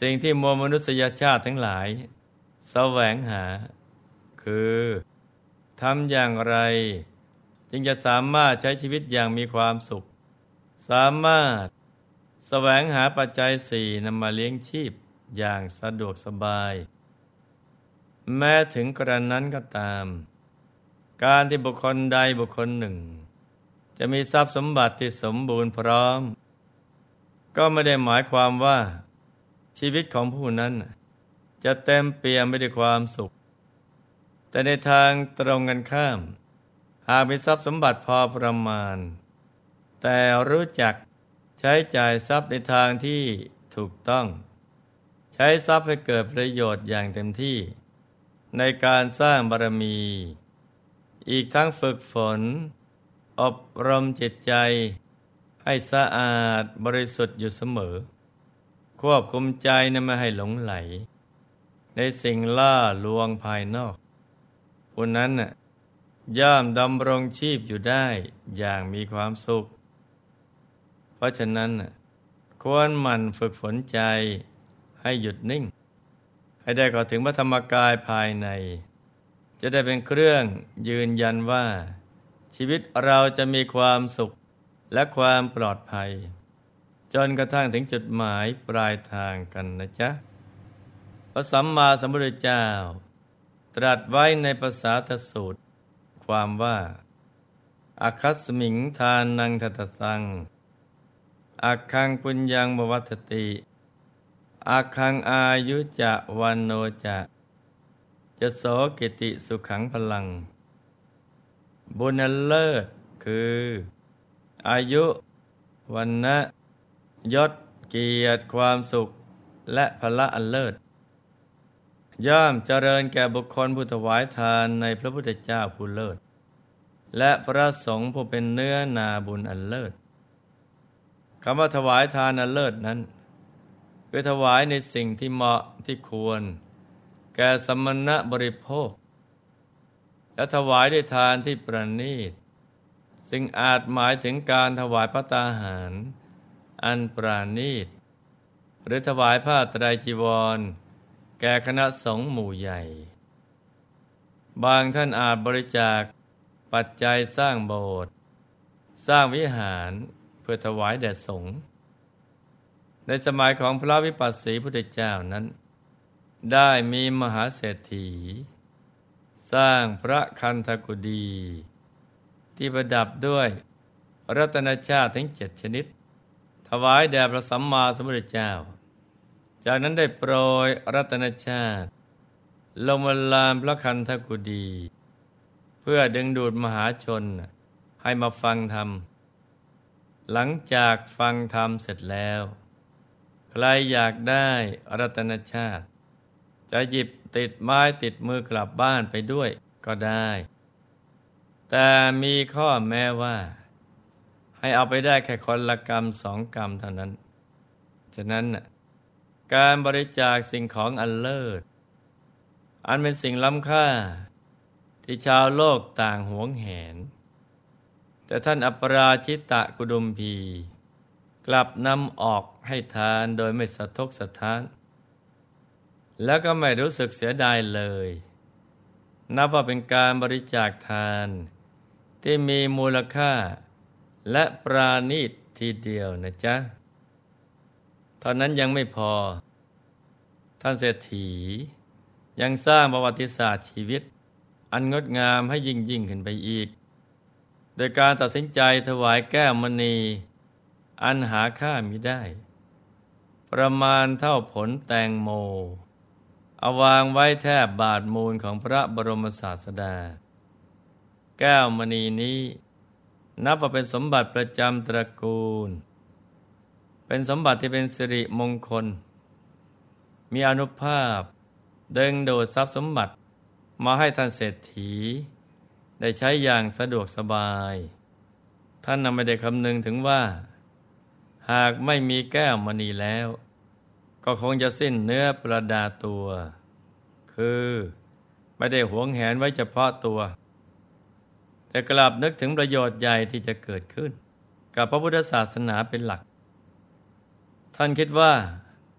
สิ่งที่มวลมนุษยชาติทั้งหลายแสวงหาคือทำอย่างไรจึงจะสามารถใช้ชีวิตอย่างมีความสุขสามารถแสวงหาปัจจัยสี่นำมาเลี้ยงชีพอย่างสะดวกสบายแม้ถึงกระนั้นก็ตามการที่บุคคลใดบุคคลหนึ่งจะมีทรัพย์สมบัติที่สมบูรณ์พร้อมก็ไม่ได้หมายความว่าชีวิตของผู้นั้นจะเต็มเปี่ยมไปด้วยความสุขแต่ในทางตรงกันข้ามหากมีทรัพย์สมบัติพอประมาณแต่รู้จักใช้จ่ายทรัพย์ในทางที่ถูกต้องใช้ทรัพย์ให้เกิดประโยชน์อย่างเต็มที่ในการสร้างบารมีอีกทั้งฝึกฝนอบรมจิตใจให้สะอาดบริสุทธิ์อยู่เสมอควบคุมใจนั้นไม่ให้หลงไหลในสิ่งล่าลวงภายนอกผู้นั้นย่อมดำรงชีพอยู่ได้อย่างมีความสุขเพราะฉะนั้นควรหมั่นฝึกฝนใจให้หยุดนิ่งให้ได้เข้าถึงพระธรรมกายภายในจะได้เป็นเครื่องยืนยันว่าชีวิตเราจะมีความสุขและความปลอดภัยจนกระทั่งถึงจุดหมายปลายทางกันนะจ๊ะพระสัมมาสัมพุทธเจ้าตรัสไว้ในภาษาทสูตรความว่าอาคัสมิงทานังทัตสังอาคังปุญญังบวัตติอาคังอายุจะวันโนจะโสกิติสุขังพลังบุญอันเลิศคืออายุวันนะยศเกียรติความสุขและพละอันเลิศย่อมเจริญแก่บุคคลผู้ถวายทานในพระพุทธเจ้าผู้เลิศและพระสงฆ์ผู้เป็นเนื้อนาบุญอันเลิศคำว่าถวายทานอันเลิศนั้นคือถวายในสิ่งที่เหมาะที่ควรแก่สมณะบริโภคและถวายด้วยทานที่ประณีตซึ่งอาจหมายถึงการถวายภัตตาหารอันประณีตหรือถวายผ้าไตรจีวรแก่คณะสงฆ์หมู่ใหญ่บางท่านอาจบริจาคปัจจัยสร้างโบสถ์สร้างวิหารเพื่อถวายแด่สงฆ์ในสมัยของพระวิปัสสีพุทธเจ้านั้นได้มีมหาเศรษฐีสร้างพระคันธกุฎีที่ประดับด้วยรัตนชาติทั้ง7ชนิดถวายแด่พระสัมมาสัมพุทธเจ้าจากนั้นได้โปรยรัตนชาติลงบนลานพระคันธกุฎีเพื่อดึงดูดมหาชนให้มาฟังธรรมหลังจากฟังธรรมเสร็จแล้วใครอยากได้รัตนชาติจะหยิบติดไม้ติดมือกลับบ้านไปด้วยก็ได้แต่มีข้อแม้ว่าให้เอาไปได้แค่คนละกรรม2 กรรมเท่านั้นฉะนั้นการบริจาคสิ่งของอันเลิศอันเป็นสิ่งล้ำค่าที่ชาวโลกต่างหวงแหนแต่ท่านอัปราชิตะกุดุมพีกลับนำออกให้ทานโดยไม่สะทกสะท้านแล้วก็ไม่รู้สึกเสียดายเลยนับว่าเป็นการบริจาคทานที่มีมูลค่าและปราณีตทีเดียวนะจ๊ะเท่านั้นยังไม่พอท่านเศรษฐียังสร้างประวัติศาสตร์ชีวิตอันงดงามให้ยิ่งขึ้นไปอีกโดยการตัดสินใจถวายแก้วมณีอันหาค่ามิได้ประมาณเท่าผลแตงโมเอาวางไว้แทบบาทมูลของพระบรมศาสดาแก้วมณีนี้นับว่าเป็นสมบัติประจำตระกูลเป็นสมบัติที่เป็นสิริมงคลมีอานุภาพดึงดูดทรัพย์สมบัติมาให้ท่านเศรษฐีได้ใช้อย่างสะดวกสบายท่านไม่ได้คำนึงถึงว่าหากไม่มีแก้วมณีแล้วก็คงจะสิ้นเนื้อประดาตัวคือไม่ได้หวงแหนไว้เฉพาะตัวแต่กลับนึกถึงประโยชน์ใหญ่ที่จะเกิดขึ้นกับพระพุทธศาสนาเป็นหลักท่านคิดว่า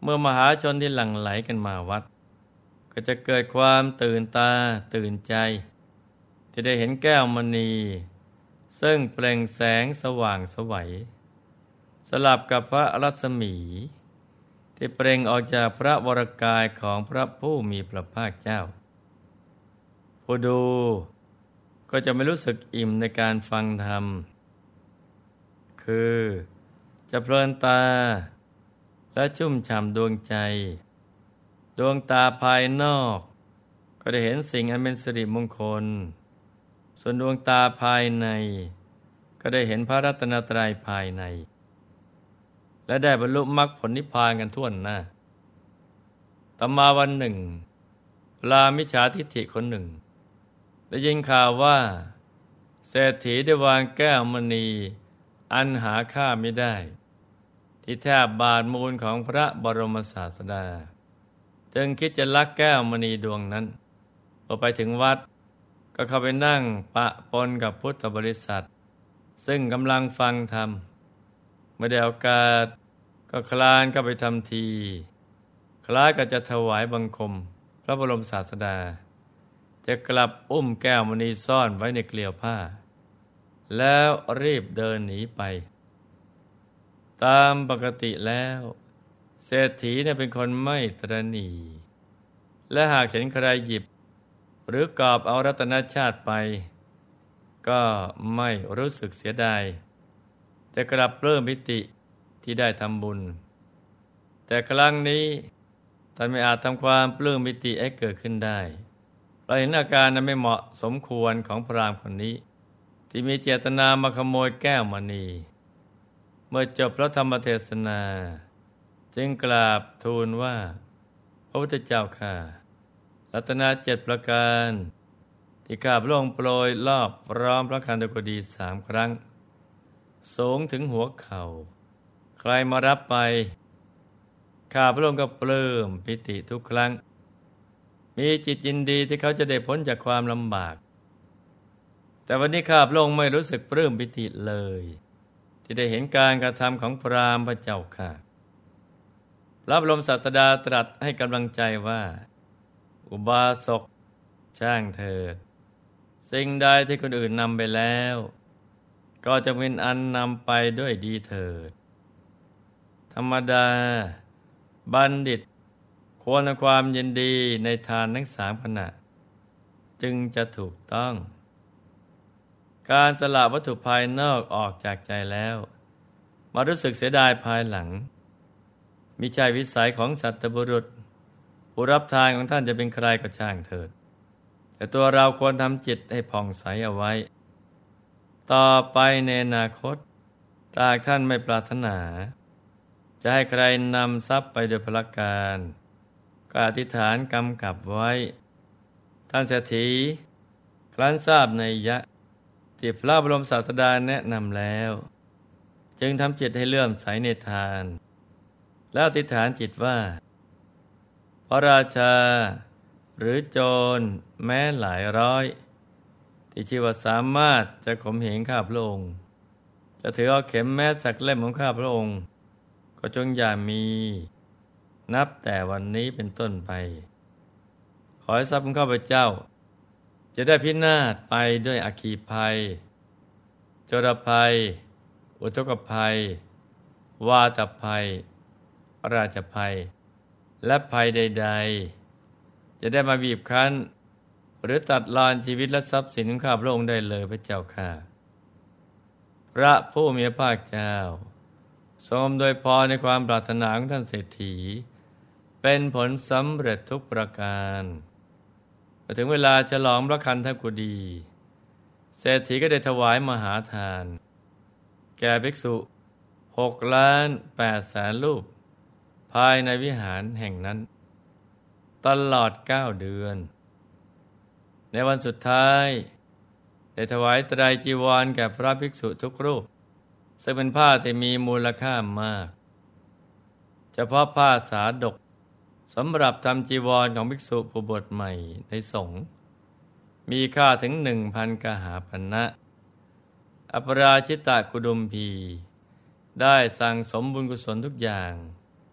เมื่อมหาชนที่หลั่งไหลกันมาวัดก็จะเกิดความตื่นตาตื่นใจที่ได้เห็นแก้วมณีซึ่งเปล่งแสงสว่างไสวสลับกับพระรัศมีที่เปล่งออกจากพระวรกายของพระผู้มีพระภาคเจ้าผู้ดูก็จะไม่รู้สึกอิ่มในการฟังธรรมคือจะเพลินตาและชุ่มฉ่ำดวงใจดวงตาภายนอกก็ได้เห็นสิ่งอันเป็นสิริมงคลส่วนดวงตาภายในก็ได้เห็นพระรัตนตรัยภายในและได้บรรลุมรรคผลนิพพานกันทั่วหน้าต่อมาวันหนึ่งพราหมณ์มิจฉาทิฏฐิคนหนึ่งได้ยินข่าวว่าเศรษฐีได้วางแก้วมณีอันหาค่าไม่ได้ที่แทบบาทมูลของพระบรมศาสดาจึงคิดจะลักแก้วมณีดวงนั้นพอไปถึงวัดก็เข้าไปนั่งปะปนกับพุทธบริษัทซึ่งกำลังฟังธรรมเมื่อได้โอกาสก็คลานเข้าไปทำทีคล้ายกับจะถวายบังคมพระบรมศาสดาจะกลับอุ้มแก้วมณีซ่อนไว้ในเกลียวผ้าแล้วรีบเดินหนีไปตามปกติแล้วเศรษฐีเป็นคนไม่ตระหนี่และหากเห็นใครหยิบหรือกอบเอารัตนชาติไปก็ไม่รู้สึกเสียดายแต่กลับปลื้มปิติที่ได้ทำบุญแต่ครั้งนี้ท่านไม่อาจทำความปลื้มปิติให้เกิดขึ้นได้เราเห็นอาการนั้นไม่เหมาะสมควรของพราหมณ์คนนี้ที่มีเจตนามาขโมยแก้วมณีเมื่อจบพระธรรมเทศนาจึงกราบทูลว่าพระพุทธเจ้าข้ารัตนา7ประการที่ข้าพระองค์โปรยรอบพร้อมพระคันธกุฎี3 ครั้งสูงถึงหัวเข่าใครมารับไปข้าพระองค์ก็ปลื้มปิติทุกครั้งมีจิตยินดีที่เขาจะได้พ้นจากความลำบากแต่วันนี้ข้าพระองค์ไม่รู้สึกปลื้มปิติเลยที่ได้เห็นการกระทำของพราหมณ์พระเจ้าค่ะพระบรมศาสดาตรัสให้กำลังใจว่าอุบาสกช่างเถิดสิ่งใดที่คนอื่นนำไปแล้วก็จะเป็นอันนำไปด้วยดีเถิดธรรมดาบัณฑิตควรทำความยินดีในทานทั้ง3 ขณะจึงจะถูกต้องการสละวัตถุภายนอกออกจากใจแล้วมารู้สึกเสียดายภายหลังมิใช่วิสัยของสัตบุรุษผู้รับทานของท่านจะเป็นใครก็ช่างเถิดแต่ตัวเราควรทำจิตให้ผ่องใสเอาไว้ต่อไปในอนาคตถ้าหากท่านไม่ปรารถนาจะให้ใครนำทรัพย์ไปโดยพลการก็อธิษฐานกำกับไว้ท่านเศรษฐีครั้นทราบนัยยะที่พระบรมศาสดาแนะนำแล้วจึงทำจิตให้เลื่อมใสในทานแล้วอธิษฐานจิตว่าพระราชาหรือโจรแม้หลายร้อยที่ชื่อว่าสามารถจะข่มเหงข้าพระองค์จะถือเอาเข็มแม้สักเล่มของข้าพระองค์ก็จงอย่ามีนับแต่วันนี้เป็นต้นไปขอให้ทรัพย์ของข้าพเจ้าจะได้พินาศไปด้วยอัคคีภัยโจรภัยอุทกภัยวาตภัยราชภัยและภัยใดๆจะได้มาบีบคั้นหรือตัดรอนชีวิตและทรัพย์สินของข้าพระองค์ได้เลยพระเจ้าค่ะพระผู้มีพระภาคเจ้าทรงโดยพรในความปรารถนาของท่านเศรษฐีเป็นผลสำเร็จทุกประการพอถึงเวลาฉลองพระคันธกุฎีเศรษฐีก็ได้ถวายมหาทานแก่ภิกษุ6,800,000 รูปภายในวิหารแห่งนั้นตลอด9 เดือนในวันสุดท้ายได้ถวายไตรจีวรแก่พระภิกษุทุกรูปซึ่งเป็นผ้าที่มีมูลค่ามากเฉพาะผ้าสาดกสำหรับทำจีวรของภิกษุผู้บวชใหม่ในสงฆ์มีค่าถึง 1,000 กหาปณะอปราชิตกุดุมพีได้สั่งสมบุญกุศลทุกอย่างข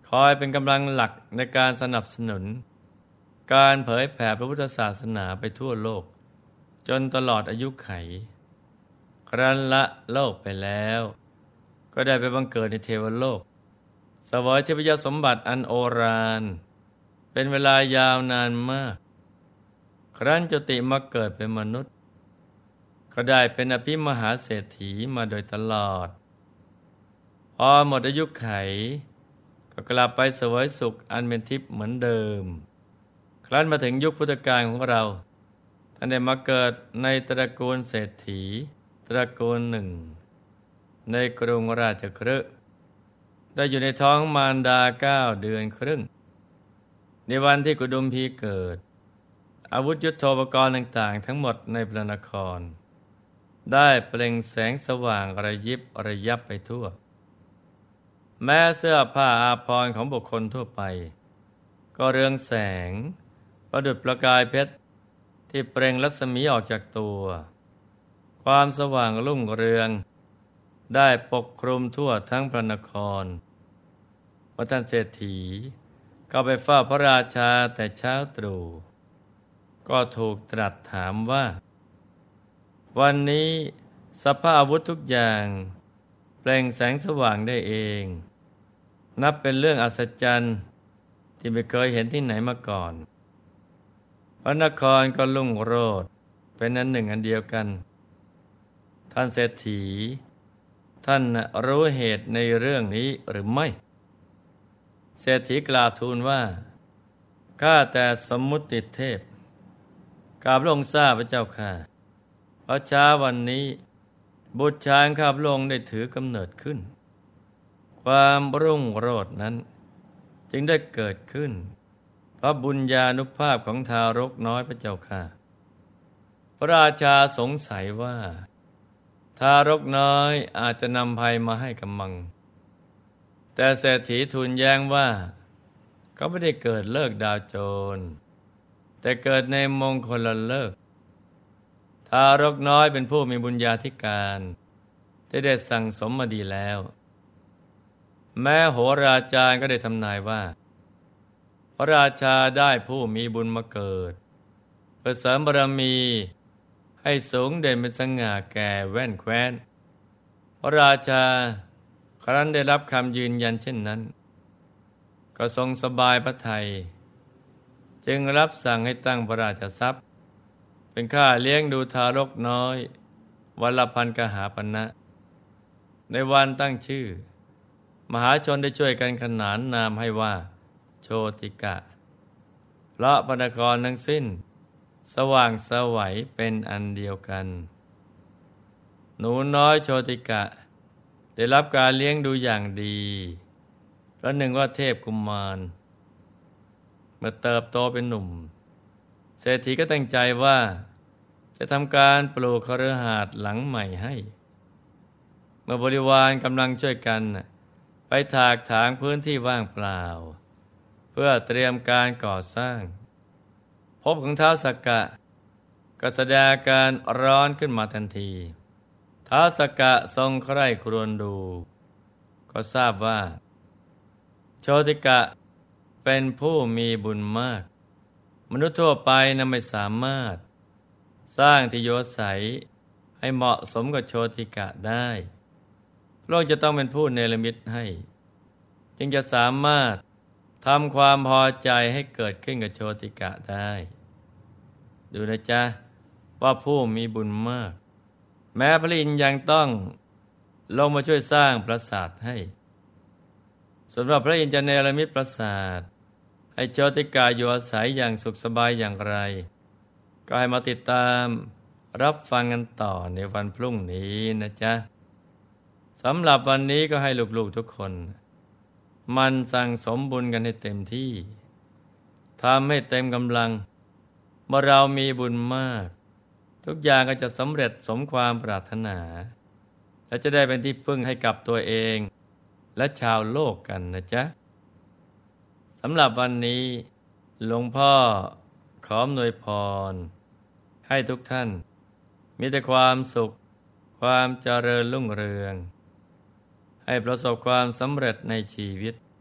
คอยเป็นกำลังหลักในการสนับสนุนการเผยแผ่พระพุทธศาสนาไปทั่วโลกจนตลอดอายุไขครั้นละโลกไปแล้วก็ได้ไปบังเกิดในเทวโลกเสวยเทพยสมบัติอันโอฬารเป็นเวลายาวนานมากครั้นจุติมาเกิดเป็นมนุษย์ก็ได้เป็นอภิมหาเศรษฐีมาโดยตลอดพอหมดอายุไขก็กลับไปเสวยสุขอันเป็นทิพย์เหมือนเดิมครั้นมาถึงยุคพุทธกาลของเราท่านได้มาเกิดในตระกูลเศรษฐีตระกูลหนึ่งในกรุงราชคฤห์ได้อยู่ในท้องมารดา9 เดือนครึ่งในวันที่กุดุมพีเกิดอาวุธยุทโธปกรณ์ต่างๆทั้งหมดในพระนครได้เปล่งแสงสว่างระยิบระยับไปทั่วแม้เสื้อผ้าอาภรณ์ของบุคคลทั่วไปก็เรืองแสงประดุจประกายเพชรที่เปล่งรัศมีออกจากตัวความสว่างรุ่งเรืองได้ปกคลุมทั่วทั้งพระนครพระท่านเศรษฐีก็ไปเฝ้าพระราชาแต่เช้าตรู่ก็ถูกตรัสถามว่าวันนี้สภาพอาวุธทุกอย่างเปล่งแสงสว่างได้เองนับเป็นเรื่องอัศจรรย์ที่ไม่เคยเห็นที่ไหนมาก่อนพระนครก็รุ่งโรจน์เป็นอันหนึ่งอันเดียวกันท่านเศรษฐีท่านรู้เหตุในเรื่องนี้หรือไม่เศรษฐีกราบทูลว่าข้าแต่สมมุติเทพกราบพระองค์ทราบพระเจ้าค่ะเพราะเช้าวันนี้บุตรชายข้าพระองค์ได้ถือกำเนิดขึ้นความรุ่งโรจน์นั้นจึงได้เกิดขึ้นเพราะบุญญานุภาพของทารกน้อยพระเจ้าค่ะพระราชาสงสัยว่าทารกน้อยอาจจะนำภัยมาให้กำมังแต่เศรษฐีทูลแย้งว่าเขาไม่ได้เกิดเลิกษ์ดาวโจรแต่เกิดในมงคลเลิกษ์ทารกน้อยเป็นผู้มีบุญญาธิการที่ได้สั่งสมมาดีแล้วแม้โหราจารย์ก็ได้ทำนายว่าพระราชาได้ผู้มีบุญมาเกิดเพื่อเสริมบารมีให้สูงเด่นเป็นสง่าแก่แว่นแคว้นพระราชาครั้นได้รับคำยืนยันเช่นนั้นก็ทรงสบายพระทัยจึงรับสั่งให้ตั้งพระราชทรัพย์เป็นค่าเลี้ยงดูทารกน้อยวันละ1,000 กหาปณะในวันตั้งชื่อมหาชนได้ช่วยกันขนานนามให้ว่าโชติกะเพราะพระนครทั้งสิ้นสว่างไสวเป็นอันเดียวกันหนูน้อยโชติกะได้รับการเลี้ยงดูอย่างดีประหนึ่งว่าเทพกุมารเมื่อเติบโตเป็นหนุ่มเศรษฐีก็ตั้งใจว่าจะทำการปลูกคฤหาสน์หลังใหม่ให้เมื่อบริวารกำลังช่วยกันไปถากถางพื้นที่ว่างเปล่าเพื่อเตรียมการก่อสร้างภพของท้าวสักกะก็แสดงอาการร้อนขึ้นมาทันทีท้าวสักกะทรงใคร่ครวญดูก็ทราบว่าโชติกะเป็นผู้มีบุญมากมนุษย์ทั่วไปนั้นไม่สามารถสร้างที่อยู่อาศัยให้เหมาะสมกับโชติกะได้พระองค์จะต้องเป็นผู้เนรมิตให้จึงจะสามารถทำความพอใจให้เกิดขึ้นกับโชติกะได้ดูนะจ๊ะว่าผู้มีบุญมากแม้พระอินทร์ยังต้องลงมาช่วยสร้างปราสาทให้สำหรับพระอินทร์จะเนรมิตปราสาทให้โชติกะอยู่อาศัยอย่างสุขสบายอย่างไรก็ให้มาติดตามรับฟังกันต่อในวันพรุ่งนี้นะจ๊ะสำหรับวันนี้ก็ให้ลูกๆทุกคนมันสั่งสมบุญกันให้เต็มที่ทำให้เต็มกำลังเมื่อเรามีบุญมากทุกอย่างก็จะสำเร็จสมความปรารถนาและจะได้เป็นที่พึ่งให้กับตัวเองและชาวโลกกันนะจ๊ะสำหรับวันนี้หลวงพ่อขออำนวยพรให้ทุกท่านมีแต่ความสุขความเจริญรุ่งเรืองให้ประสบความสำเร็จในชีวิต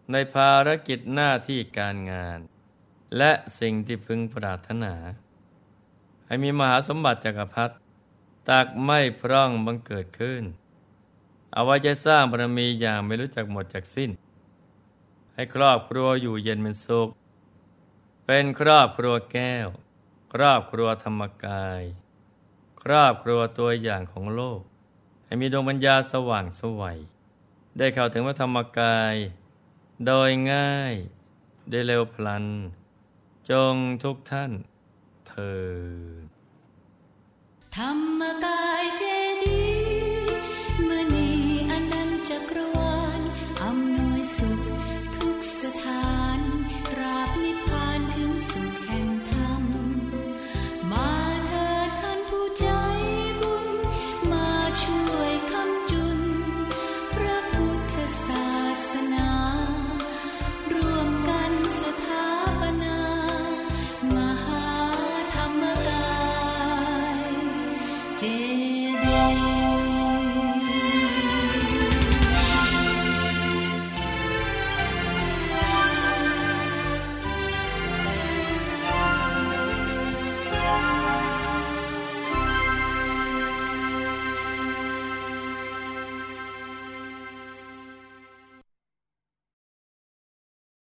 ในภารกิจหน้าที่การงานและสิ่งที่พึงปรารถนาให้มีมหาสมบัติจักรพรรดิตักไม่พร่องบังเกิดขึ้นเอาไว้จะสร้างบารมีอย่างไม่รู้จักหมดจากสิ้นให้ครอบครัวอยู่เย็นเป็นสุขเป็นครอบครัวแก้วครอบครัวธรรมกายครอบครัวตัวอย่างของโลกให้มีดวงปัญญาสว่างไสวได้เข้าถึงพระธรรมกายโดยง่ายได้เร็วพลันจงทุกท่านเถิดธรรมกายเจ